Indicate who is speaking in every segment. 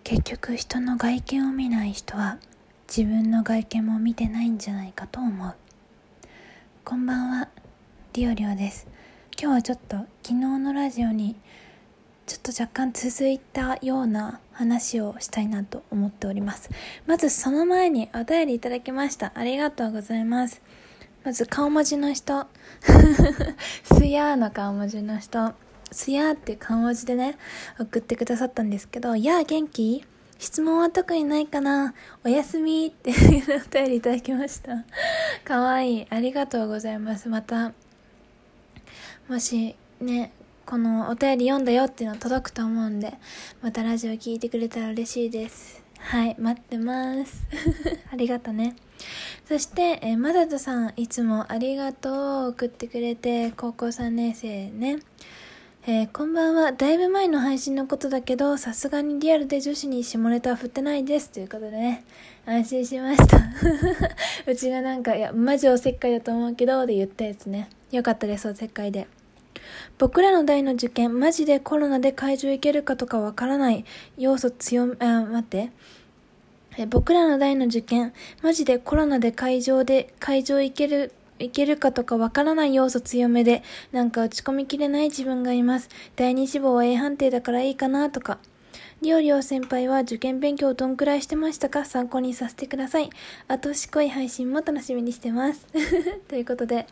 Speaker 1: 結局人の外見を見ない人は自分の外見も見てないんじゃないかと思う。こんばんは、りおりおです。今日はちょっと昨日のラジオにちょっと若干続いたような話をしたいなと思っております。まずその前にお便りいただきました。ありがとうございます。まず顔文字の人すやーの顔文字の人、すやーって顔文字でね送ってくださったんですけど、やあ元気？質問は特にないかな？おやすみってお便りいただきました。かわいい、ありがとうございます。またもしねこのお便り読んだよっていうの届くと思うんで、またラジオ聞いてくれたら嬉しいです。はい、待ってますありがとね。そして、マダトさんいつもありがとう送ってくれて、高校3年生ね。こんばんは。だいぶ前の配信のことだけど、さすがにリアルで女子に下ネタは振ってないですということでね、安心しましたうちがなんか、いやマジおせっかいだと思うけどで言ったやつね。よかったです、おせっかいで。僕らの代の受験、マジでコロナで会場行けるかとかわからない要素強め、待って。僕らの代の受験、マジでコロナで会場行けるかとかわからない要素強めで、なんか打ち込みきれない自分がいます。第二志望は A 判定だからいいかなとか。りょうりょう先輩は受験勉強どんくらいしてましたか？参考にさせてください。あとしこい配信も楽しみにしてますということで、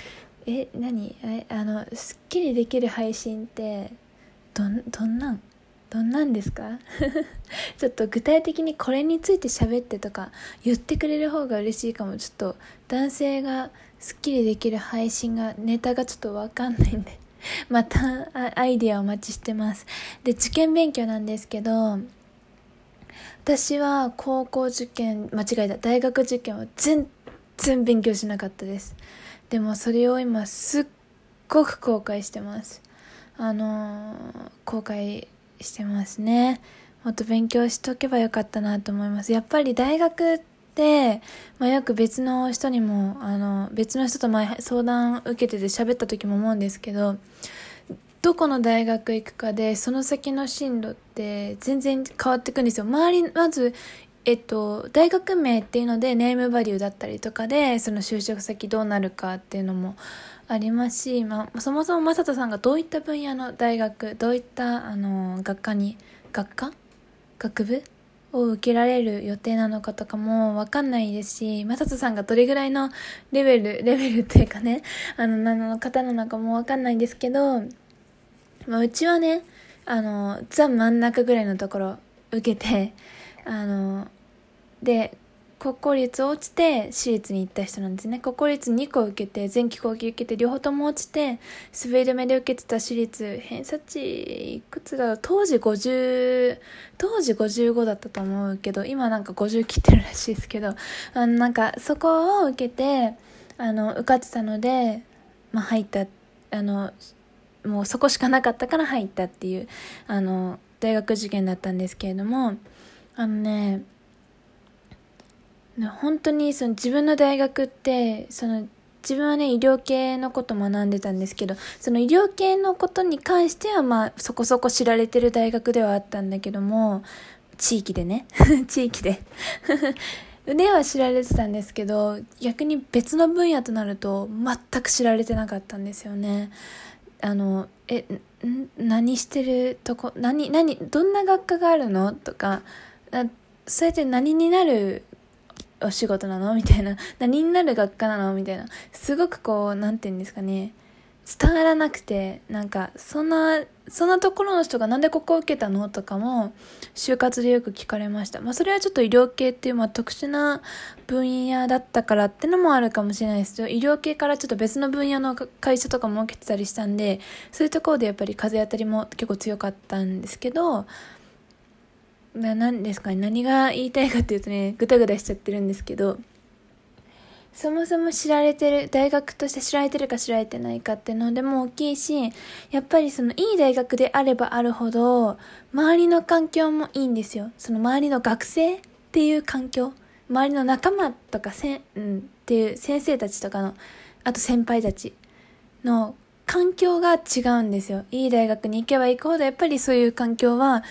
Speaker 1: すっきりできる配信ってどんなんですかちょっと具体的にこれについて喋ってとか言ってくれる方が嬉しいかも。ちょっと男性がすっきりできる配信がネタがちょっとわかんないんでまたアイディアお待ちしてます。で、受験勉強なんですけど、私は高校受験間違えた、大学受験は全然勉強しなかったです。でもそれを今すっごく後悔してます。後悔してますね。もっと勉強しとけばよかったなと思います。やっぱり大学って、よく別の人にも別の人と前相談受けてて喋った時も思うんですけど、どこの大学行くかでその先の進路って全然変わってくんですよ。まず大学名っていうのでネームバリューだったりとかで、その就職先どうなるかっていうのもありますし、そもそもマサトさんがどういった分野の大学、どういった学部を受けられる予定なのかとかもわかんないですし、マサトさんがどれぐらいのレベルっていうかね、方なのかもわかんないんですけど、うちはね、ザ真ん中ぐらいのところ受けて、で、国公立落ちて私立に行った人なんですね。国公立2個受けて、前期後期受けて、両方とも落ちて、滑り止めで受けてた私立、偏差値いくつだろう、当時55だったと思うけど、今なんか50切ってるらしいですけど、なんかそこを受けて、受かってたので、入った、もうそこしかなかったから入ったっていう、大学受験だったんですけれども、本当にその自分の大学って、自分はね医療系のこと学んでたんですけど、その医療系のことに関してはそこそこ知られてる大学ではあったんだけども、地域でね地域で腕は知られてたんですけど、逆に別の分野となると全く知られてなかったんですよね。何してるとこ、どんな学科があるのとか、それで何になるお仕事なのみたいな、何になる学科なのみたいな、すごくなんていうんですかね、伝わらなくて、なんかそんなところの人がなんでここを受けたのとかも就活でよく聞かれました。それはちょっと医療系っていう特殊な分野だったからってのもあるかもしれないですけど、医療系からちょっと別の分野の会社とかも受けてたりしたんで、そういうところでやっぱり風当たりも結構強かったんですけど、何ですかね、何が言いたいかっていうとね、ぐだぐだしちゃってるんですけど、そもそも知られてる、大学として知られてるか知られてないかっていうのでも大きいし、やっぱりいい大学であればあるほど、周りの環境もいいんですよ。その周りの学生っていう環境、周りの仲間とかっていう先生たちとかの、あと先輩たちの環境が違うんですよ。いい大学に行けば行くほど、やっぱりそういう環境は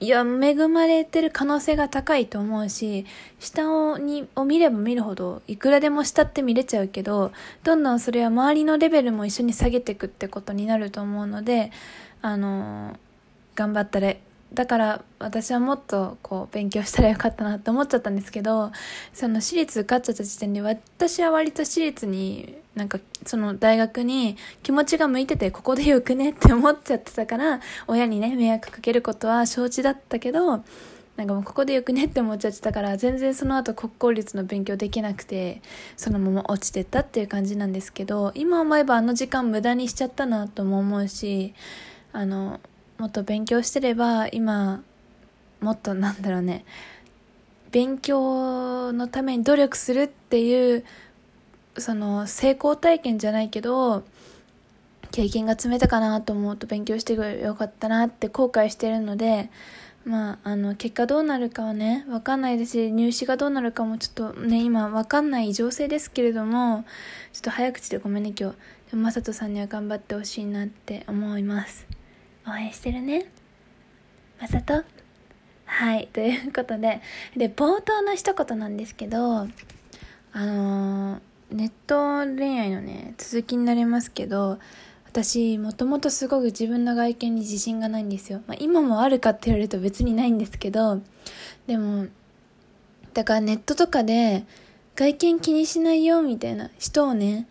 Speaker 1: いや、恵まれてる可能性が高いと思うし、下を見れば見るほど、いくらでも下って見れちゃうけど、どんどんそれは周りのレベルも一緒に下げていくってことになると思うので、頑張ったら、だから私はもっと勉強したらよかったなって思っちゃったんですけど、その私立受かっちゃった時点で私は割と私立にその大学に気持ちが向いてて、ここでよくねって思っちゃってたから、親にね迷惑かけることは承知だったけど、もうここでよくねって思っちゃってたから、全然その後国公立の勉強できなくて、そのまま落ちてったっていう感じなんですけど、今思えば時間無駄にしちゃったなとも思うし、もっと勉強してれば今もっと勉強のために努力するっていうその成功体験じゃないけど経験が積めたかなと思うと、勉強してよかったなって後悔してるので、結果どうなるかはね分かんないですし、入試がどうなるかもちょっとね今分かんない情勢ですけれども、ちょっと早口でごめんね今日。でもまさとさんには頑張ってほしいなって思います。応援してるね、まさと。はい、ということで、冒頭の一言なんですけど、ネット恋愛のね続きになりますけど、私もともとすごく自分の外見に自信がないんですよ。今もあるかって言われると別にないんですけど、でもだからネットとかで外見気にしないよみたいな人をね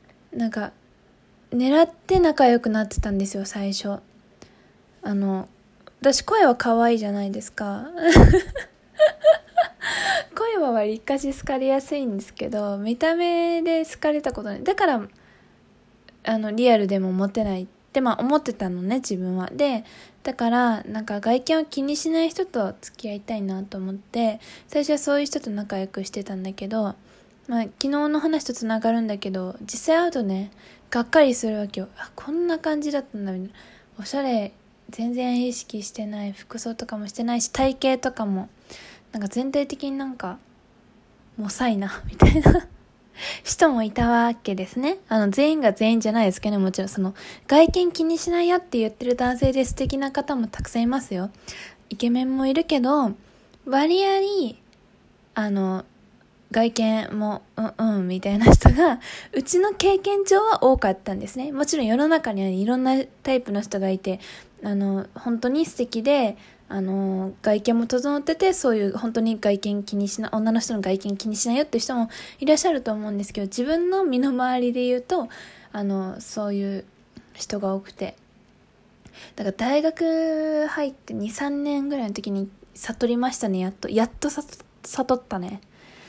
Speaker 1: 狙って仲良くなってたんですよ最初。私声は可愛いじゃないですか声はわりかし好かれやすいんですけど、見た目で好かれたことない。だからリアルでもモテないって思ってたのね自分は。でだから外見を気にしない人と付き合いたいなと思って、最初はそういう人と仲良くしてたんだけど、昨日の話とつながるんだけど、実際会うとねがっかりするわけよ。こんな感じだったんだみたいな。おしゃれ全然意識してない、服装とかもしてないし、体型とかも全体的にもさいなみたいな人もいたわけですね。全員が全員じゃないですけどね、もちろんその外見気にしないよって言ってる男性で素敵な方もたくさんいますよ。イケメンもいるけど、割合外見もみたいな人がうちの経験上は多かったんですね。もちろん世の中にはいろんなタイプの人がいて、本当に素敵で外見も整ってて、そういう本当に女の人の外見気にしないよっていう人もいらっしゃると思うんですけど、自分の身の回りで言うとそういう人が多くて、だから大学入って2、3年ぐらいの時に悟りましたね。やっと悟ったね。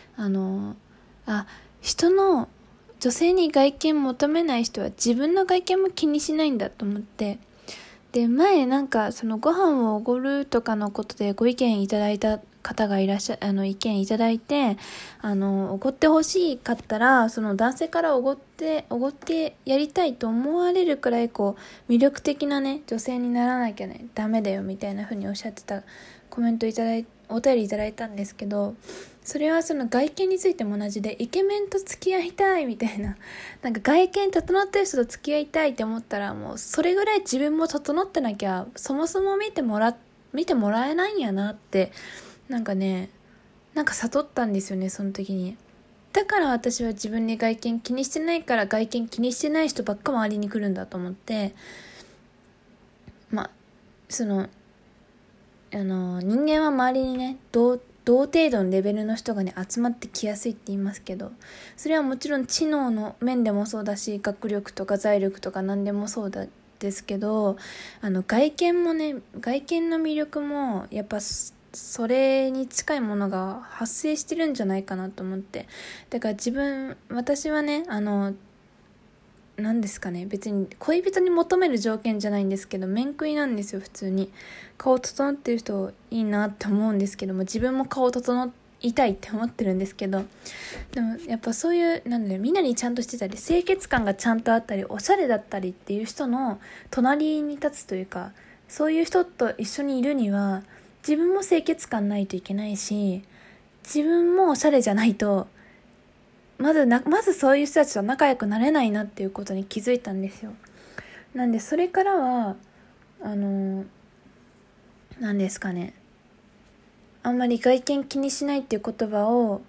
Speaker 1: 人の女性に外見求めない人は自分の外見も気にしないんだと思って、で前そのご飯をおごるとかのことでご意見いただいた方がいらっしゃ意見いただいて、おごってほしかったらその男性からおごってやりたいと思われるくらい魅力的なね女性にならなきゃねダメだよみたいな風におっしゃってたコメントお便りいただいたんですけど、それはその外見についても同じで、イケメンと付き合いたいみたいな、外見整ってる人と付き合いたいって思ったら、もうそれぐらい自分も整ってなきゃそもそも見てもらえないんやなって悟ったんですよねその時に。だから私は自分に外見気にしてないから、外見気にしてない人ばっか周りに来るんだと思って、人間は周りにね同程度のレベルの人がね集まってきやすいって言いますけど、それはもちろん知能の面でもそうだし、学力とか財力とか何でもそうですけど、外見の魅力もやっぱそれに近いものが発生してるんじゃないかなと思って。だから私はねなんですかね、別に恋人に求める条件じゃないんですけど、面食いなんですよ。普通に顔整ってる人いいなって思うんですけども、自分も顔整いたいって思ってるんですけど、でもやっぱそういうみんなにちゃんとしてたり清潔感がちゃんとあったりおしゃれだったりっていう人の隣に立つというか、そういう人と一緒にいるには自分も清潔感ないといけないし、自分もおしゃれじゃないとまずそういう人たちと仲良くなれないなっていうことに気づいたんですよ。なんでそれからはなんですかね、あんまり外見気にしないっていう言葉を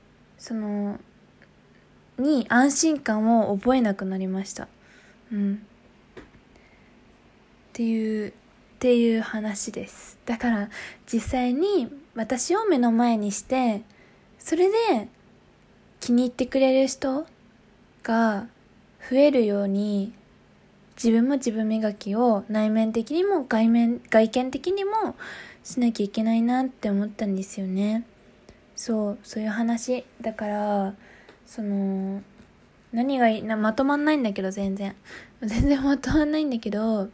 Speaker 1: に安心感を覚えなくなりました。っていう話です。だから実際に私を目の前にして、それで気に入ってくれる人が増えるように、自分も自分磨きを内面的にも外見的にもしなきゃいけないなって思ったんですよね。そういう話だから、何がいいまとまんないんだけど、全然まとまんないんだけど、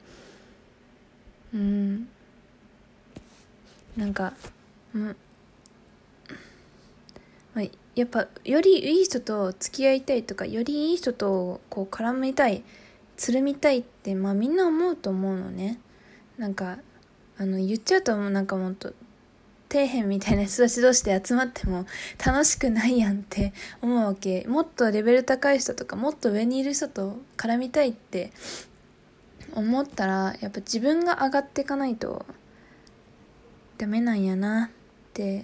Speaker 1: なんか、やっぱよりいい人と付き合いたいとか、よりいい人とこう絡みたい、つるみたいって、みんな思うと思うのね。なんか言っちゃうとなんかもっと底辺みたいな人たち同士で集まっても楽しくないやんって思うわけ。もっとレベル高い人とか、もっと上にいる人と絡みたいって思ったら、やっぱ自分が上がっていかないとダメなんやなって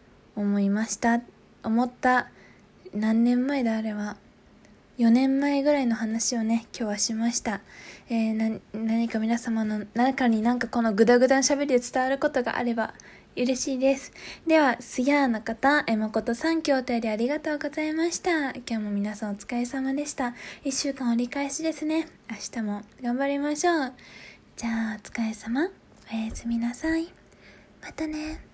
Speaker 1: 思った。何年前だあれは。4年前ぐらいの話をね、今日はしました。何か皆様の中にこのグダグダの喋りで伝わることがあれば嬉しいです。では、すやーの方、誠さん、今日お便りありがとうございました。今日も皆さんお疲れ様でした。1週間折り返しですね。明日も頑張りましょう。じゃあ、お疲れ様。おやすみなさい。またね。